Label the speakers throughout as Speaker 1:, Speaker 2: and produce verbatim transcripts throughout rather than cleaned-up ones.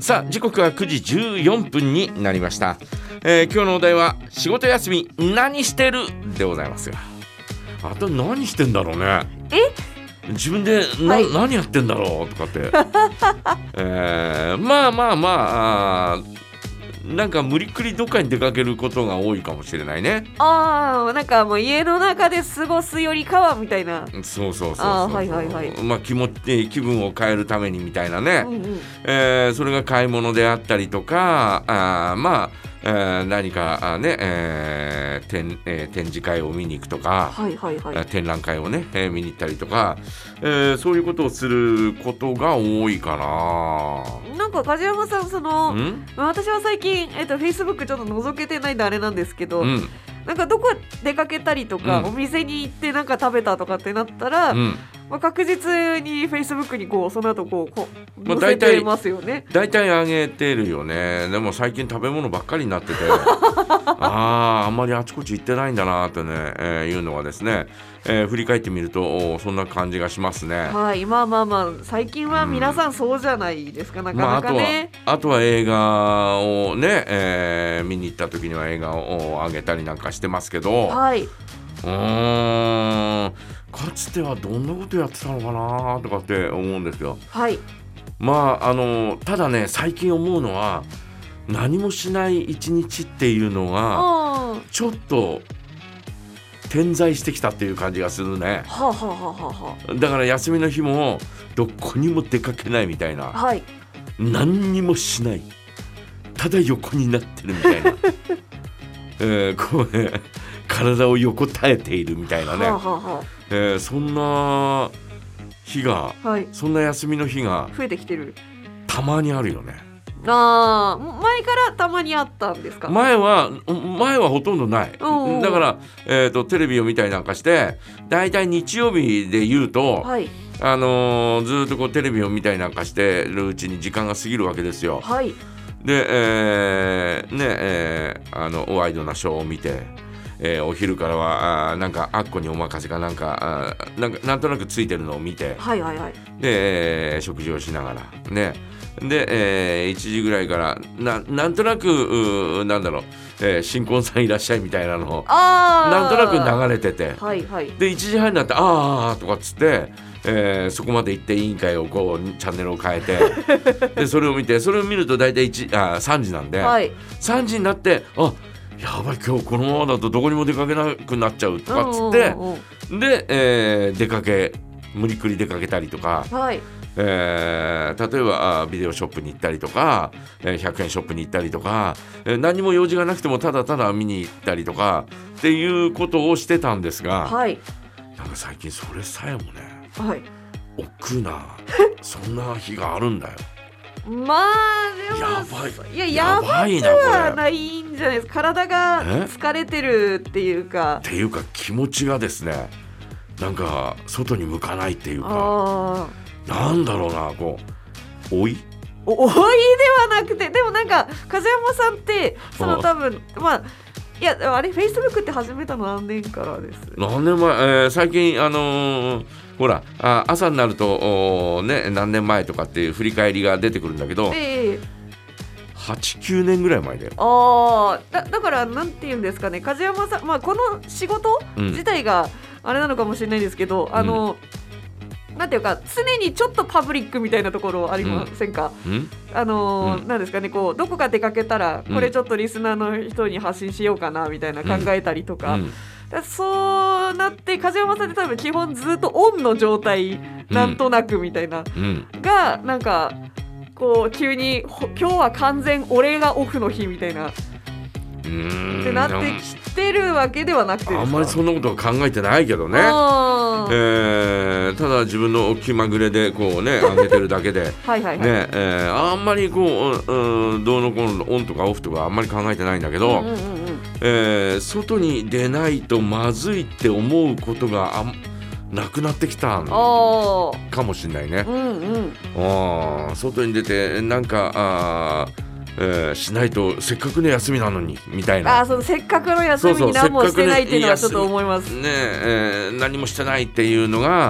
Speaker 1: さあ時刻はくじじゅうよんぷんになりました、えー、今日のお題は仕事休み何してるでございますよ。あと何してんだろうね。
Speaker 2: え
Speaker 1: 自分でな、
Speaker 2: はい、
Speaker 1: 何やってんだろうとかって、えー、まあまあまあ、あなんか無理くりどっかに出かけることが多いかもしれないね。
Speaker 2: ああ、なんかもう家の中で過ごすよりかはみたいな。
Speaker 1: そうそうそうそう、
Speaker 2: あ、はいはいはい、
Speaker 1: まあ、気持ち気分を変えるためにみたいなね、
Speaker 2: うんうん、
Speaker 1: えー、それが買い物であったりとか、あまあ、えー、何かね、えー 展, えー、展示会を見に行くとか、
Speaker 2: はいはいはい、
Speaker 1: 展覧会をね、えー、見に行ったりとか、えー、そういうことをすることが多いかな。
Speaker 2: なんか梶山さん、その私は最近、えー、と Facebook ちょっと覗けてないんであれなんですけど、うん、なんかどこ出かけたりとか、うん、お店に行ってなんか食べたとかってなったら、うん、まあ、確実に Facebook にこうその後こうこう載せてますよね。
Speaker 1: だいたい上げてるよね。でも最近食べ物ばっかりになっててあーあんまりあちこち行ってないんだなってね、えー、いうのはですね、えー、振り返ってみるとそんな感じがしますね。
Speaker 2: はい、まあまあまあ最近は皆さんそうじゃないですか、うん、なかなかね、
Speaker 1: まあ、あとは、あとは映画をね、えー、見に行った時には映画を上げたりなんかしてますけど、
Speaker 2: はい、
Speaker 1: うーんかつてはどんなことやってたのかなとかって思うんですよ。
Speaker 2: はい、
Speaker 1: まああのただね、最近思うのは何もしない一日っていうのがちょっと点在してきたっていう感じがするね。
Speaker 2: はあはあはあはあ、
Speaker 1: だから休みの日もどこにも出かけないみたいな、
Speaker 2: はい、
Speaker 1: 何にもしない、ただ横になってるみたいな、えー、こうね体を横たえているみたいなね、はあはあ、えー、そんな日が、はい、そんな休みの日が
Speaker 2: 増えてきてる、
Speaker 1: たまにあるよね。
Speaker 2: あ、前からたまにあったんですか。
Speaker 1: 前は前はほとんどない。だから、えーと、テレビを見たりなんかしてだいたい日曜日で言うと、はい、あのー、ずっとこうテレビを見たりなんかしてるうちに時間が過ぎるわけですよ。
Speaker 2: はい、
Speaker 1: で、えーねえー、あのワイドなショーを見て、えー、お昼からはあなんかあっこにお任せかなんかあなんかなんとなくついてるのを見て、
Speaker 2: はいはいはい、
Speaker 1: で、えー、食事をしながらね、で、えー、いちじぐらいから な, なんとなくなんだろう、えー、新婚さんいらっしゃいみたいなのをなんとなく流れてて、
Speaker 2: はいはい、
Speaker 1: でいちじはんになってあーとかっつって、えー、そこまで行って委員会をこうチャンネルを変えてでそれを見て、それを見ると大体あさんじなんで、はい、さんじになってあやばい今日このままだとどこにも出かけなくなっちゃうとかっつって、で、えー、出かけ無理くり出かけたりとか、はい、えー、例えばビデオショップに行ったりとか、えー、ひゃくえんショップに行ったりとか、えー、何も用事がなくてもただただ見に行ったりとかっていうことをしてたんですが、はい、なんか最近それさえもね、はい、億劫なそんな日があるんだよ。
Speaker 2: まあでも
Speaker 1: やばい、
Speaker 2: いややばくはないんじゃないですか。体が疲れてるっていうか
Speaker 1: っていうか気持ちがですね、なんか外に向かないっていうか、なんだろうな、こう老い
Speaker 2: 老いではなくて、でもなんか梶山さんってその多分まあいやあれ Facebook って始めたの何年からです？
Speaker 1: 何年前、えー、最近あのー、ほらあ朝になると、ね、何年前とかっていう振り返りが出てくるんだけど、えー、はちきゅうねんぐらい前だよ。
Speaker 2: あ だ, だからなんていうんですかね、梶山さん、まあ、この仕事自体があれなのかもしれないですけど、うん、あのなんていうか常にちょっとパブリックみたいなところありませんか？うん、あのーうん、なんですかね、こうどこか出かけたらこれちょっとリスナーの人に発信しようかなみたいな考えたりとか、うんうん、だそうなって梶山さんって多分基本ずっとオンの状態なんとなくみたいな、うん、がなんかこう急に今日は完全俺がオフの日みたいなってなってきてるわけではなくてですか？
Speaker 1: あんまりそんなことは考えてないけどね、えー、ただ自分の気まぐれでこうね上げてるだけではいはい、はい、ねえー、あんまりこう、うん、どうのこうのオンとかオフとかあんまり考えてないんだけど、うんうんうんうん、えー、外に出ないとまずいって思うことがあなくなってきたかもしれないね、うんうん、あ外に出てなんかあえー、しないとせっかくの休みなのにみたいな、
Speaker 2: あそのせっかくの休みに何もしてないっていうのはちょっと思います
Speaker 1: ね、えー、何もしてないっていうのが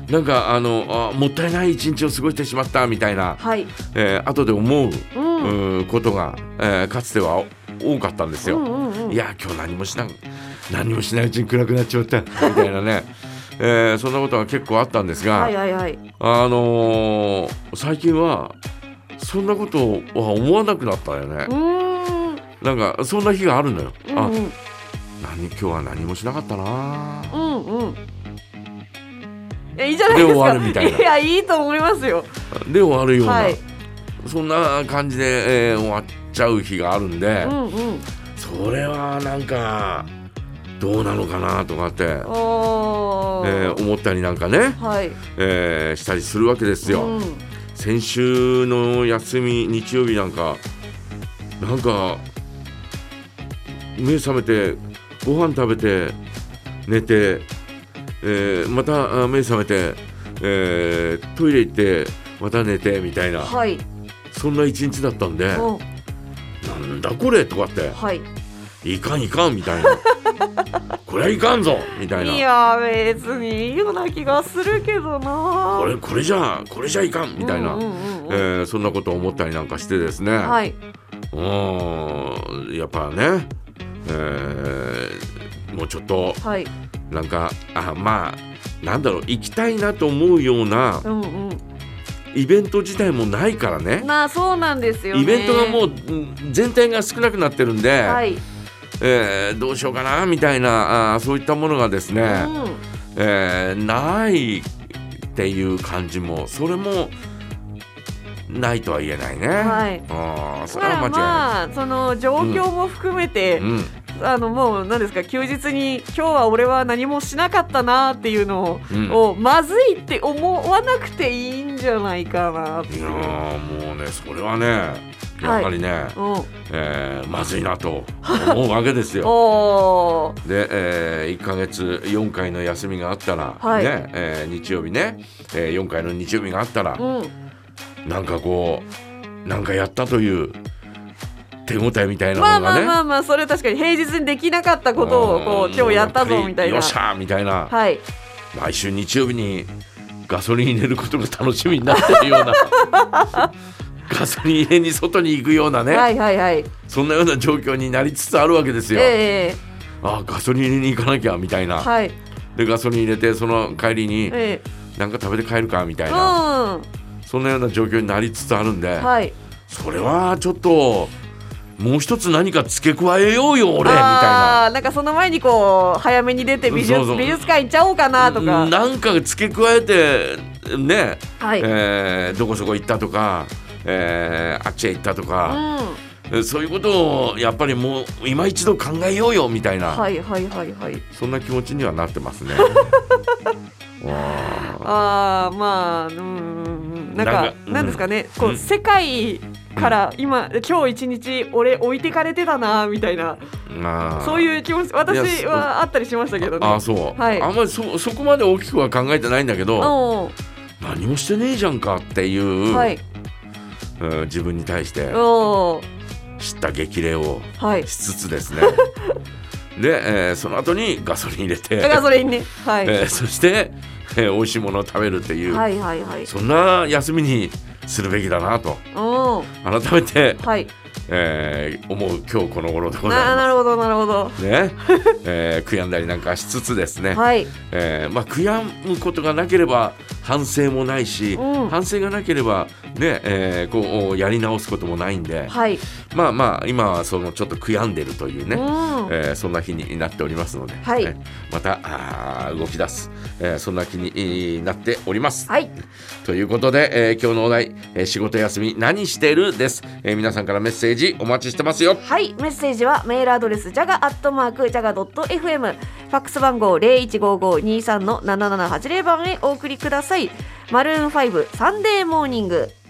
Speaker 1: なんかあのあもったいない一日を過ごしてしまったみたいな、
Speaker 2: はい、
Speaker 1: えー、後で思う、
Speaker 2: うん、
Speaker 1: うことが、えー、かつては多かったんですよ、
Speaker 2: うんうんうん、
Speaker 1: いや今日何もしな何もしないうちに暗くなっちまったみたいなね、えー、そんなことが結構あったんですが、
Speaker 2: はいはいはい、
Speaker 1: あのー、最近はそんなことは思わなくなったよね。
Speaker 2: うーん、
Speaker 1: なんかそんな日があるのよ、
Speaker 2: うんうん、
Speaker 1: あ何今日は何もしなかったな、
Speaker 2: うんうん、いいじゃないですか。
Speaker 1: で終わるみたいな。
Speaker 2: いやいいと思いますよ。
Speaker 1: で終わるような、
Speaker 2: はい、
Speaker 1: そんな感じで、えー、終わっちゃう日があるんで、
Speaker 2: うんうん、
Speaker 1: それはなんかどうなのかなとかって、え
Speaker 2: ー
Speaker 1: ー、思ったりなんかね、
Speaker 2: はい、
Speaker 1: えー、したりするわけですよ、
Speaker 2: うん、
Speaker 1: 先週の休み日曜日なんかなんか目覚めてご飯食べて寝て、えー、また目覚めて、えー、トイレ行ってまた寝てみたいな、
Speaker 2: はい、
Speaker 1: そんな一日だったんで、なんだこれとかって、
Speaker 2: はい、
Speaker 1: いかんいかんみたいなこれはいかんぞみたいな、
Speaker 2: いや別にいいような気がするけどな、
Speaker 1: これこれじゃこれじゃいかんみたいな、
Speaker 2: うんうんうんうん、
Speaker 1: えー、そんなことを思ったりなんかしてですね、
Speaker 2: はい、
Speaker 1: うーんやっぱね、えー、もうちょっと、
Speaker 2: はい、
Speaker 1: なんかあまあなんだろう行きたいなと思うような、
Speaker 2: うんうん、
Speaker 1: イベント自体もないからね、
Speaker 2: なあそうなんですよね、
Speaker 1: イベントがもう全体が少なくなってるんで、
Speaker 2: はい、
Speaker 1: えー、どうしようかなみたいなあそういったものがですね、
Speaker 2: うん
Speaker 1: えー、ないっていう感じもそれもないとは言えないね、
Speaker 2: はい、
Speaker 1: あそれは間違いない、
Speaker 2: まあその状況も含めて、
Speaker 1: うんうん、
Speaker 2: あのもう何ですか休日に今日は俺は何もしなかったなっていうのを、うん、をまずいって思わなくていいんじゃないかなっていう。
Speaker 1: いやもうねそれはねやっぱりね、はいうんえー、まずいなと思うわけですよ
Speaker 2: お
Speaker 1: で、えー、いっかげつよんかいの休みがあったら、
Speaker 2: はい
Speaker 1: ねえー、日曜日ね、えー、よんかいの日曜日があったら、うんなんかこうなんかやったという手応えみたいなものがね、
Speaker 2: まあまあまあまあそれ確かに平日にできなかったことをこう今日やったぞみたいな
Speaker 1: よっしゃーみたいな、
Speaker 2: はい、
Speaker 1: 毎週日曜日にガソリン入れることが楽しみになってるようなガソリン入れに外に行くようなね、
Speaker 2: はいはいはい、
Speaker 1: そんなような状況になりつつあるわけですよ、
Speaker 2: えー、
Speaker 1: あガソリン入れに行かなきゃみたいな、
Speaker 2: はい、
Speaker 1: でガソリン入れてその帰りに、
Speaker 2: え
Speaker 1: ー、なんか食べて帰るかみたいな、うんそんなような状況になりつつあるんで、はい、それはちょっともう一つ何か付け加えようよ俺みたいな、
Speaker 2: なんかその前にこう早めに出て美術、そうそう美術館行っちゃおうかなとか
Speaker 1: なんか付け加えてね、
Speaker 2: はい
Speaker 1: えー、どこそこ行ったとか、えー、あっちへ行ったとか、うん、そういうことをやっぱりもう今一度考えようよみたいな、
Speaker 2: はいはいはいはい、
Speaker 1: そんな気持ちにはなってますね
Speaker 2: あーまあうんなんかなんですかね、こう、うん、世界から今、うん、今日一日俺置いてかれてたなみたいな、あそういう気持ち私はあったりしましたけどね。
Speaker 1: ああそう、はい、あんまり そ, そこまで大きくは考えてないんだけど何もしてねえじゃんかっていう、はいうん、自分に対して知った激励をしつつですね、はい、で、えー、その後にガソリン入れて
Speaker 2: ガソリンね、はい
Speaker 1: えー、そしてえー、美味しいものを食べるっていう、
Speaker 2: はいはいはい、
Speaker 1: そんな休みにするべきだなと改めて、はいえー、思う今日この頃でございます。
Speaker 2: な, なるほどなるほど、
Speaker 1: ねえー、悔やんだりなんかしつつですね、
Speaker 2: はい
Speaker 1: えーまあ、悔やむことがなければ反省もないし、うん、反省がなければ、ねえー、こうやり直すこともないんで、
Speaker 2: はい、
Speaker 1: まあまあ今はそのちょっと悔やんでるというね、うんえー、そんな日になっておりますので、
Speaker 2: はい
Speaker 1: ね、またあ動き出す、えー、そんな気になっております、
Speaker 2: はい、
Speaker 1: ということで、えー、今日のお題、えー、仕事休み何してるです、えー、皆さんからメッセージお待ちしてますよ。
Speaker 2: はい、メッセージはメールアドレス ジャガ アットマーク ジャガ ドット エフエム ファックス番号 ゼロいちごご にさん のななななはちゼロ 番へお送りください。マルーンファイブサンデーモーニング。